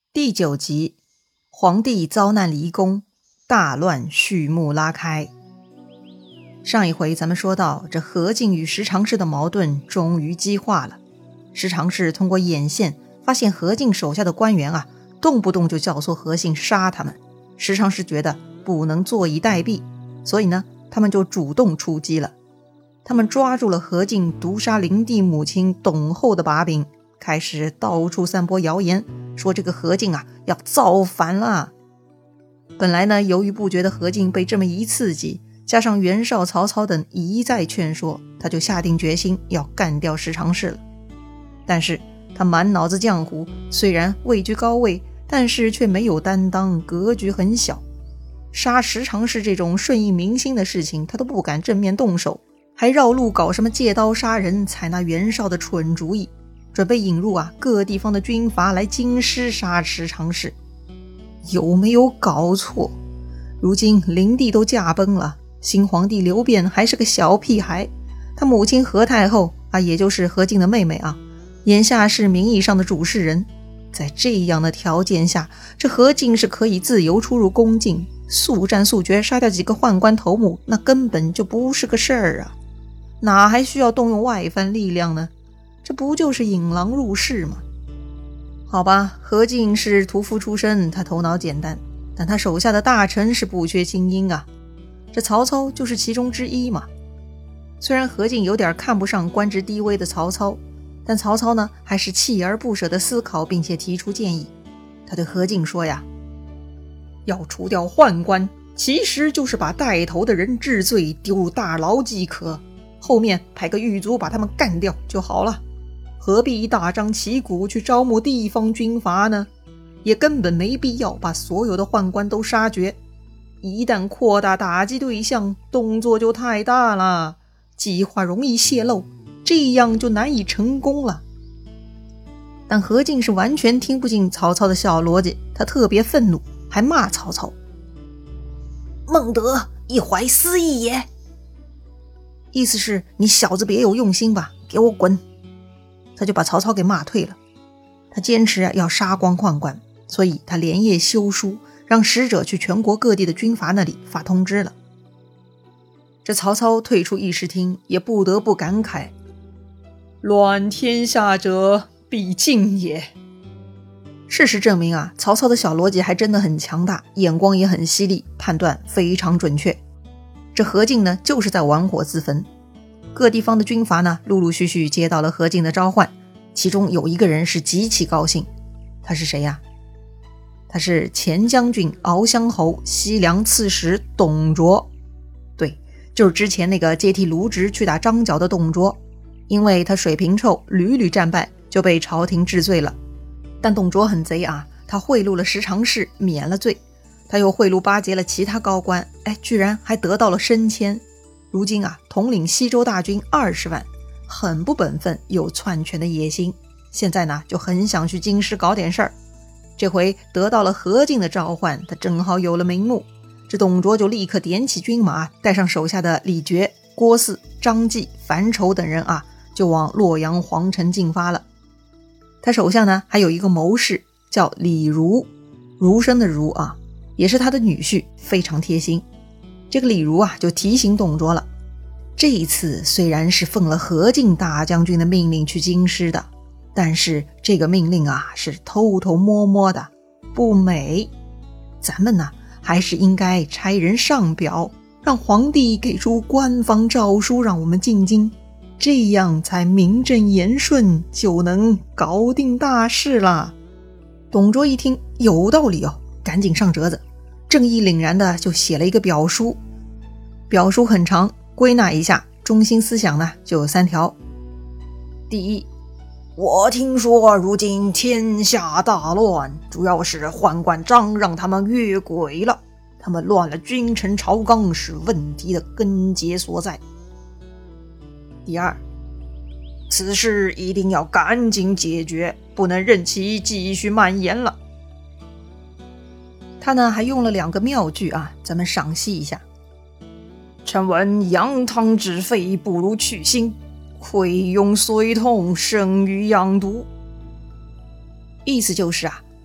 第9集，皇帝遭难离宫，大乱序幕拉开。上一回咱们说到，这何进与十常侍的矛盾终于激化了。十常侍通过眼线发现何进手下的官员动不动就教唆何进杀他们。十常侍觉得不能坐以待毙，所以呢，他们就主动出击了。他们抓住了何进毒杀灵帝母亲董后的把柄，开始到处散播谣言，说这个何进要造反了。本来呢，由于不觉得何进被这么一刺激，加上袁绍、曹操等一再劝说，他就下定决心要干掉十常侍了。但是他满脑子浆糊，虽然位居高位，但是却没有担当，格局很小。杀十常侍这种顺应民心的事情，他都不敢正面动手，还绕路搞什么借刀杀人，采纳袁绍的蠢主意，准备引入各地方的军阀来京师杀十常侍。有没有搞错？如今灵帝都驾崩了，新皇帝刘辩还是个小屁孩，他母亲何太后也就是何进的妹妹眼下是名义上的主事人。在这样的条件下，这何进是可以自由出入宫禁，速战速决杀掉几个宦官头目，那根本就不是个事儿哪还需要动用外藩力量呢？这不就是引狼入室吗？好吧，何进是屠夫出身，他头脑简单，但他手下的大臣是不缺精英这曹操就是其中之一嘛。虽然何进有点看不上官职低微的曹操，但曹操呢，还是锲而不舍地思考并且提出建议。他对何进说要除掉宦官，其实就是把带头的人治罪，丢入大牢即可，后面派个狱卒把他们干掉就好了，何必大张旗鼓去招募地方军阀呢？也根本没必要把所有的宦官都杀绝，一旦扩大打击对象，动作就太大了，计划容易泄露，这样就难以成功了。但何进是完全听不进曹操的小逻辑，他特别愤怒，还骂曹操：孟德一怀私意也。意思是你小子别有用心吧，给我滚。他就把曹操给骂退了。他坚持要杀光宦官，所以他连夜修书，让使者去全国各地的军阀那里发通知了。这曹操退出议事厅，也不得不感慨：乱天下者必尽也。事实证明曹操的小逻辑还真的很强大，眼光也很犀利，判断非常准确。这何进呢，就是在玩火自焚。各地方的军阀呢，陆陆续续接到了何进的召唤，其中有一个人是极其高兴。他是谁他是前将军敖乡侯西凉刺史董卓。对，就是之前那个接替卢植去打张角的董卓。因为他水平臭，屡屡战败，就被朝廷治罪了。但董卓很贼他贿赂了十常侍，免了罪。他又贿赂巴结了其他高官，居然还得到了升迁。如今统领西周大军20万，很不本分，有篡权的野心。现在呢，就很想去京师搞点事儿。这回得到了何进的召唤，他正好有了名目。这董卓就立刻点起军马，带上手下的李傕、郭汜、张继、樊稠等人就往洛阳皇城进发了。他手下呢，还有一个谋士叫李儒，儒生的儒也是他的女婿，非常贴心。这个李儒就提醒董卓了，这一次虽然是奉了何进大将军的命令去京师的，但是这个命令是偷偷摸摸的，不美。咱们呢，还是应该差人上表，让皇帝给出官方诏书，让我们进京，这样才名正言顺，就能搞定大事啦。董卓一听有道理赶紧上折子，正义凛然的就写了一个表书。表书很长，归纳一下，中心思想呢就有3条。第一，我听说如今天下大乱，主要是宦官张让他们越轨了，他们乱了君臣朝纲，是问题的根结所在。第二，此事一定要赶紧解决，不能任其继续蔓延了。他呢还用了2个妙句咱们赏析一下。臣闻扬汤止沸不如去腥，溃臾虽痛胜于养毒。意思就是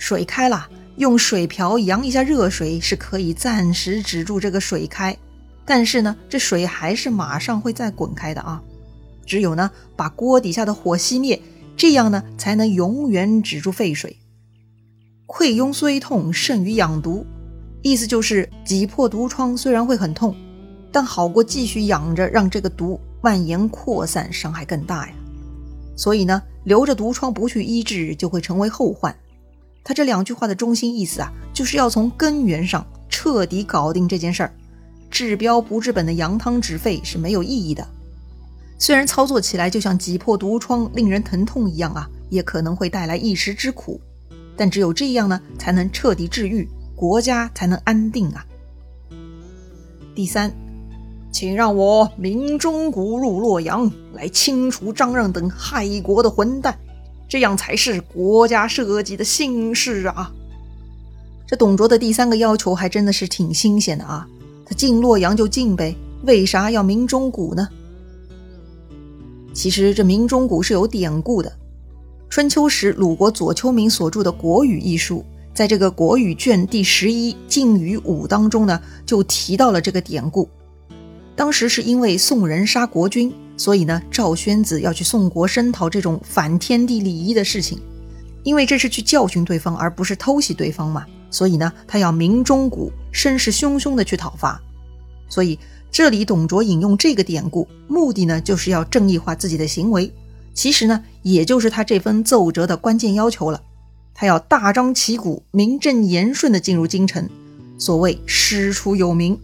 水开了，用水瓢扬一下热水是可以暂时止住这个水开，但是呢，这水还是马上会再滚开的啊。只有呢，把锅底下的火熄灭，这样呢，才能永远止住沸水。溃痈虽痛，胜于养毒，意思就是挤破毒疮虽然会很痛，但好过继续养着，让这个毒蔓延扩散，伤害更大呀。所以呢，留着毒疮不去医治，就会成为后患。他这2句话的中心意思啊，就是要从根源上彻底搞定这件事儿。治标不治本的扬汤止沸是没有意义的。虽然操作起来就像挤破毒疮令人疼痛一样啊，也可能会带来一时之苦，但只有这样呢，才能彻底治愈，国家才能安定啊。第3，请让我明中谷入洛阳，来清除张让等害国的混蛋，这样才是国家社稷的幸事啊。这董卓的第3个要求还真的是挺新鲜的啊，他进洛阳就进呗，为啥要明中谷呢？其实这明中谷是有典故的。春秋时鲁国左丘明所著的《国语》一书，在这个《国语》卷第11晋语5当中呢，就提到了这个典故。当时是因为宋人杀国君，所以呢，赵宣子要去宋国声讨这种反天地礼仪的事情。因为这是去教训对方，而不是偷袭对方嘛，所以呢，他要明中谷，声势汹汹的去讨伐。所以这里董卓引用这个典故，目的呢，就是要正义化自己的行为。其实呢，也就是他这份奏折的关键要求了。他要大张旗鼓，名正言顺的进入京城，所谓师出有名。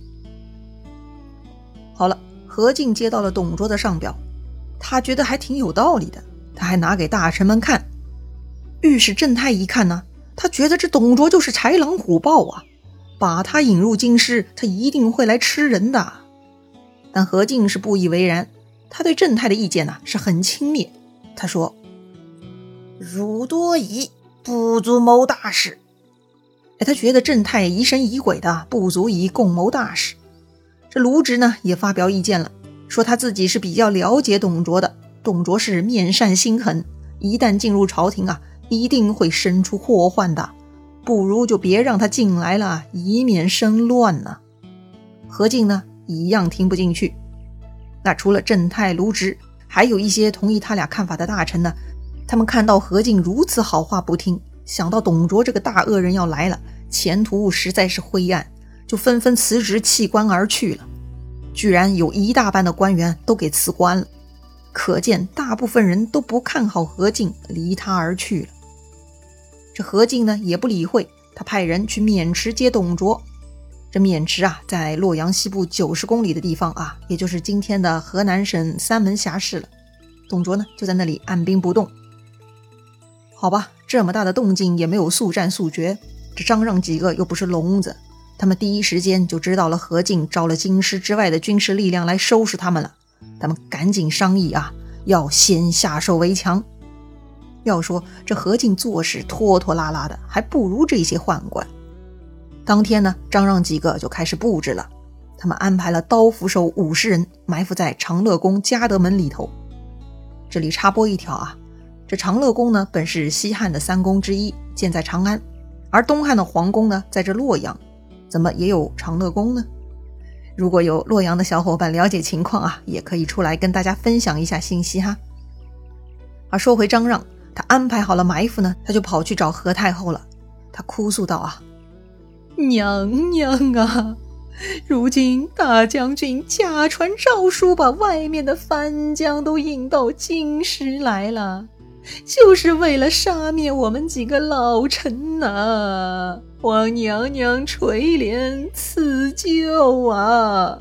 好了，何进接到了董卓的上表，他觉得还挺有道理的，他还拿给大臣们看。御史郑泰一看呢，他觉得这董卓就是豺狼虎豹啊，把他引入京师，他一定会来吃人的。但何进是不以为然，他对郑泰的意见呢，是很轻蔑。他说：汝多疑，不足谋大事。他觉得郑泰疑神疑鬼的，不足以共谋大事。这卢植呢也发表意见了，说他自己是比较了解董卓的，董卓是面善心狠，一旦进入朝廷啊，一定会生出祸患的，不如就别让他进来了，以免生乱呢。何进呢一样听不进去。那除了郑泰、卢植，还有一些同意他俩看法的大臣呢，他们看到何进如此好话不听，想到董卓这个大恶人要来了，前途实在是灰暗，就纷纷辞职弃官而去了。居然有一大半的官员都给辞官了，可见大部分人都不看好何进，离他而去了。这何进呢也不理会，他派人去渑池接董卓。这渑池啊，在洛阳西部90公里的地方啊，也就是今天的河南省三门峡市了。董卓呢就在那里按兵不动。好吧，这么大的动静也没有速战速决，这张让几个又不是聋子，他们第一时间就知道了何进招了京师之外的军事力量来收拾他们了。他们赶紧商议啊，要先下手为强。要说这何进做事拖拖拉拉的，还不如这些宦官。当天呢，张让几个就开始布置了，他们安排了刀斧手50人埋伏在长乐宫嘉德门里头。这里插播一条啊，这长乐宫呢本是西汉的3宫之一，建在长安，而东汉的皇宫呢在这洛阳，怎么也有长乐宫呢？如果有洛阳的小伙伴了解情况啊，也可以出来跟大家分享一下信息哈。而说回张让，他安排好了埋伏呢，他就跑去找何太后了。他哭诉道啊，娘娘啊，如今大将军假传诏书，把外面的番将都引到京师来了，就是为了杀灭我们几个老臣啊，望娘娘垂怜赐救啊。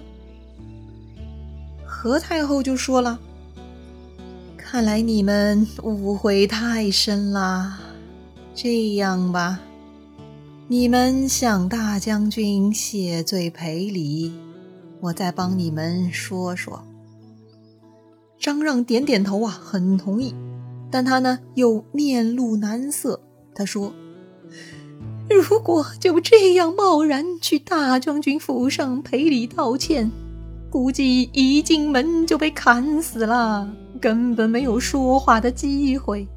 何太后就说了，看来你们误会太深啦，这样吧，你们向大将军谢罪赔礼，我再帮你们说说。张让点点头啊，很同意，但他呢又面露难色。他说，如果就这样贸然去大将军府上赔礼道歉，估计一进门就被砍死了，根本没有说话的机会。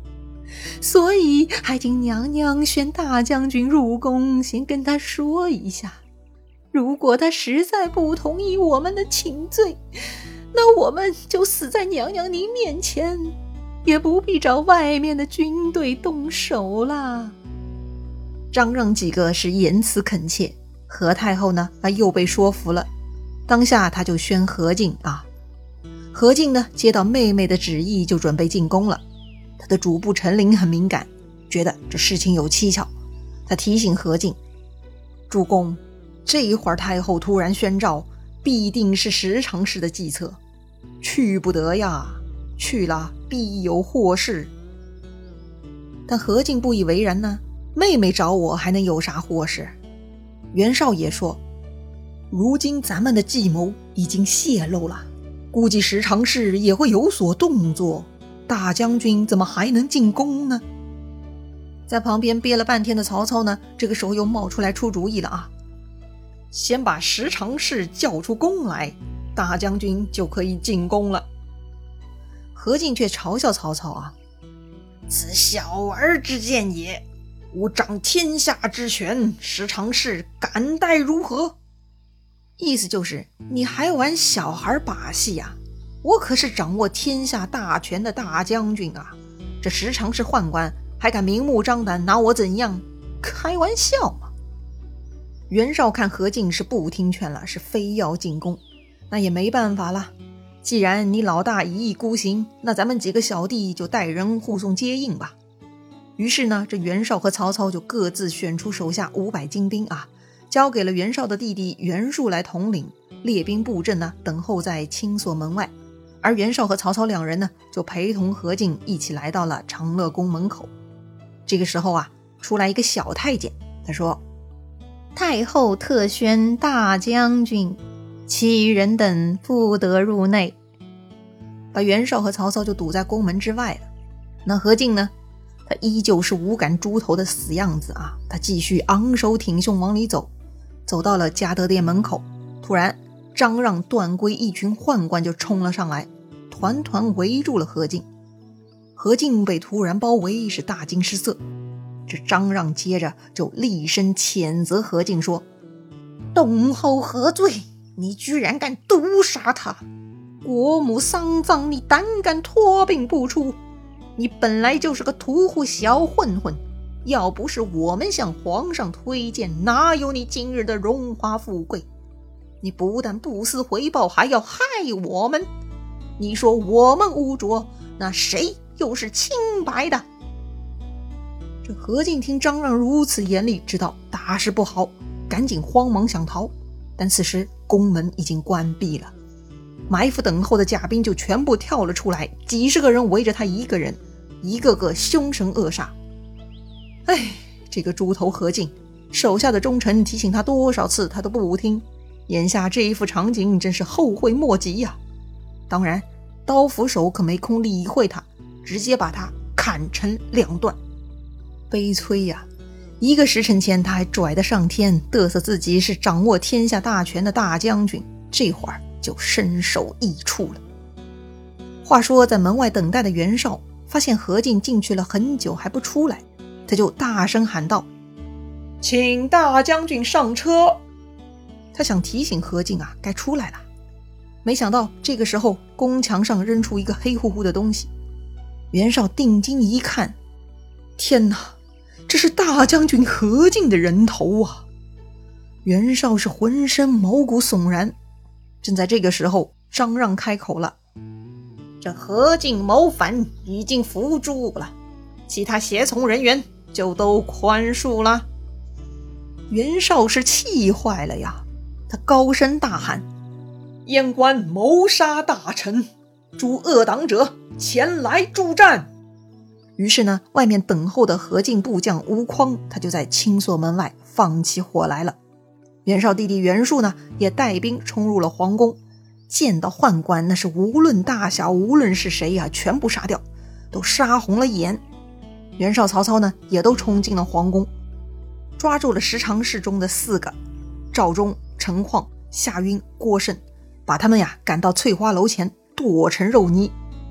所以还请娘娘选大将军入宫，先跟他说一下。如果他实在不同意我们的请罪，那我们就死在娘娘您面前，也不必找外面的军队动手啦。”张让几个是言辞恳切，何太后呢又被说服了。当下他就宣何进何进呢接到妹妹的旨意，就准备进宫了。他的主簿陈琳很敏感，觉得这事情有蹊跷。他提醒何进：“主公，这一会儿太后突然宣诏，必定是十常侍的计策，去不得呀，去了必有祸事。”但何进不以为然呢，妹妹找我还能有啥祸事？袁绍也说：“如今咱们的计谋已经泄露了，估计十常侍也会有所动作，大将军怎么还能进宫呢？”在旁边憋了半天的曹操呢，这个时候又冒出来出主意了先把十常侍叫出宫来，大将军就可以进宫了。何进却嘲笑曹操此小儿之见也，吾掌天下之权，十常侍敢待如何？意思就是你还玩小孩把戏我可是掌握天下大权的大将军这十常侍宦官还敢明目张胆拿我怎样？开玩笑嘛！袁绍看何进是不听劝了，是非要进宫，那也没办法了。既然你老大一意孤行，那咱们几个小弟就带人护送接应吧。于是呢，这袁绍和曹操就各自选出手下500精兵交给了袁绍的弟弟袁术来统领，列兵布阵等候在青锁门外。而袁绍和曹操两人呢，就陪同何进一起来到了长乐宫门口。这个时候出来一个小太监，他说：“太后特宣大将军，其余人等不得入内。”把袁绍和曹操就堵在宫门之外了。那何进呢，他依旧是无感猪头的死样子他继续昂首挺胸往里走，走到了嘉德殿门口，突然张让、段珪一群宦官就冲了上来，团团围住了何进。何进被突然包围，是大惊失色。这张让接着就厉声谴责何进说：“董后何罪？你居然敢毒杀他！国母丧葬，你胆敢托病不出？你本来就是个屠户小混混，要不是我们向皇上推荐，哪有你今日的荣华富贵？你不但不思回报，还要害我们！你说我们污浊，那谁又是清白的？”这何进听张让如此严厉，知道大事不好，赶紧慌忙想逃。但此时宫门已经关闭了，埋伏等候的甲兵就全部跳了出来，几十个人围着他一个人，一个个凶神恶煞。这个猪头何进，手下的忠臣提醒他多少次他都不听，眼下这一副场景真是后悔莫及当然刀斧手可没空理会他，直接把他砍成2段。悲催一个时辰前他还拽得上天，嘚瑟自己是掌握天下大权的大将军，这会儿就身首异处了。话说在门外等待的袁绍发现何进进去了很久还不出来，他就大声喊道：“请大将军上车！”他想提醒何进该出来了。没想到这个时候宫墙上扔出一个黑乎乎的东西，袁绍定睛一看，天哪，这是大将军何进的人头袁绍是浑身毛骨悚然。正在这个时候，张让开口了：“这何进谋反已经伏诛了，其他胁从人员就都宽恕了。”袁绍是气坏了他高声大喊：“燕官谋杀大臣，诸恶党者前来助战！”于是呢，外面等候的何进部将吴匡，他就在青锁门外放起火来了。袁绍弟弟袁术呢，也带兵冲入了皇宫，见到宦官那是无论大小，无论是谁全部杀掉，都杀红了眼。袁绍、曹操呢，也都冲进了皇宫，抓住了十常侍中的4个：赵忠、陈晃、夏晕、郭盛，把他们赶到翠花楼前剁成肉泥。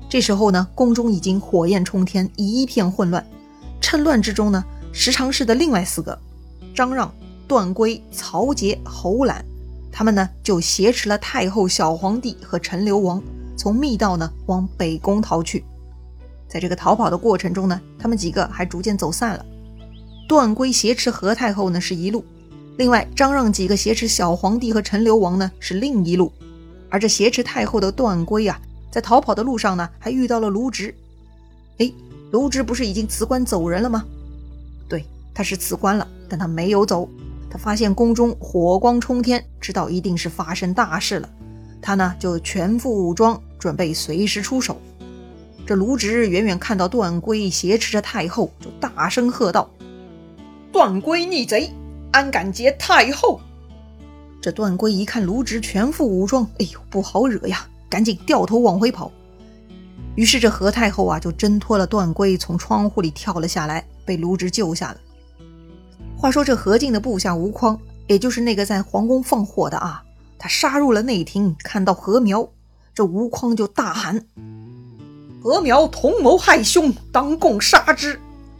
这时候呢，宫中已经火焰冲天，一片混乱。趁乱之中呢，十常侍的另外4个张让、段珪、曹节、侯览，他们呢就挟持了太后、小皇帝和陈留王，从密道呢往北宫逃去。在这个逃跑的过程中呢，他们几个还逐渐走散了。段珪挟持何太后呢是一路，另外张让几个挟持小皇帝和陈留王呢是另一路。而这挟持太后的段珪啊，在逃跑的路上呢还遇到了卢植。卢植不是已经辞官走人了吗？对，他是辞官了，但他没有走。他发现宫中火光冲天，知道一定是发生大事了，他呢就全副武装，准备随时出手。这卢植远远看到段珪挟持着太后，就大声喝道：段珪逆贼，安敢劫太后！这段珪一看卢植全副武装，哎呦，不好惹呀，赶紧掉头往回跑。于是这何太后啊就挣脱了段珪，从窗户里跳了下来，被卢植救下了。话说这何进的部下吴匡，也就是那个在皇宫放火的啊，他杀入了内廷，看到何苗，这吴匡就大喊：何苗同谋害兄，当共杀之。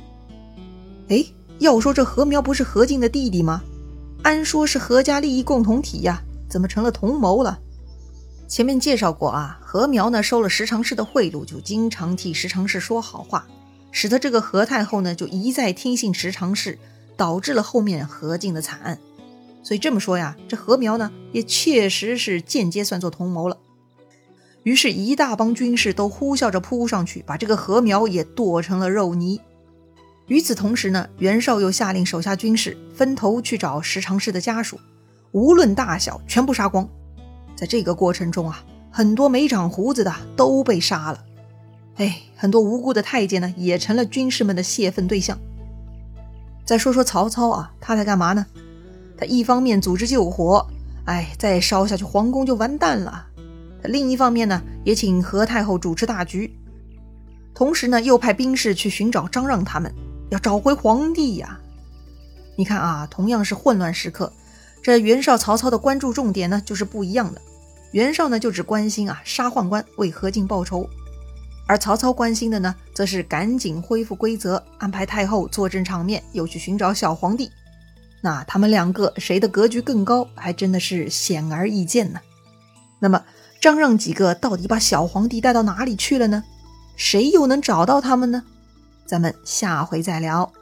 要说这何苗不是何进的弟弟吗？按说是何家利益共同体呀，怎么成了同谋了？前面介绍过啊，何苗呢收了十常侍的贿赂，就经常替十常侍说好话，使得这个何太后呢就一再听信十常侍，导致了后面何进的惨案。所以这么说呀，这何苗呢也确实是间接算作同谋了。于是一大帮军士都呼啸着扑上去，把这个何苗也剁成了肉泥。与此同时呢，袁绍又下令手下军士分头去找十常侍的家属，无论大小全部杀光。在这个过程中啊，很多没长胡子的都被杀了。很多无辜的太监呢也成了军士们的泄愤对象。再说说曹操啊，他在干嘛呢？他一方面组织救火，再烧下去皇宫就完蛋了。另一方面呢，也请何太后主持大局，同时呢又派兵士去寻找张让他们，要找回皇帝呀。你看啊，同样是混乱时刻，这袁绍、曹操的关注重点呢就是不一样的。袁绍呢就只关心杀宦官，为何进报仇，而曹操关心的呢则是赶紧恢复规则，安排太后坐镇场面，又去寻找小皇帝。那他们两个谁的格局更高，还真的是显而易见呢。那么张让几个到底把小皇帝带到哪里去了呢？谁又能找到他们呢？咱们下回再聊。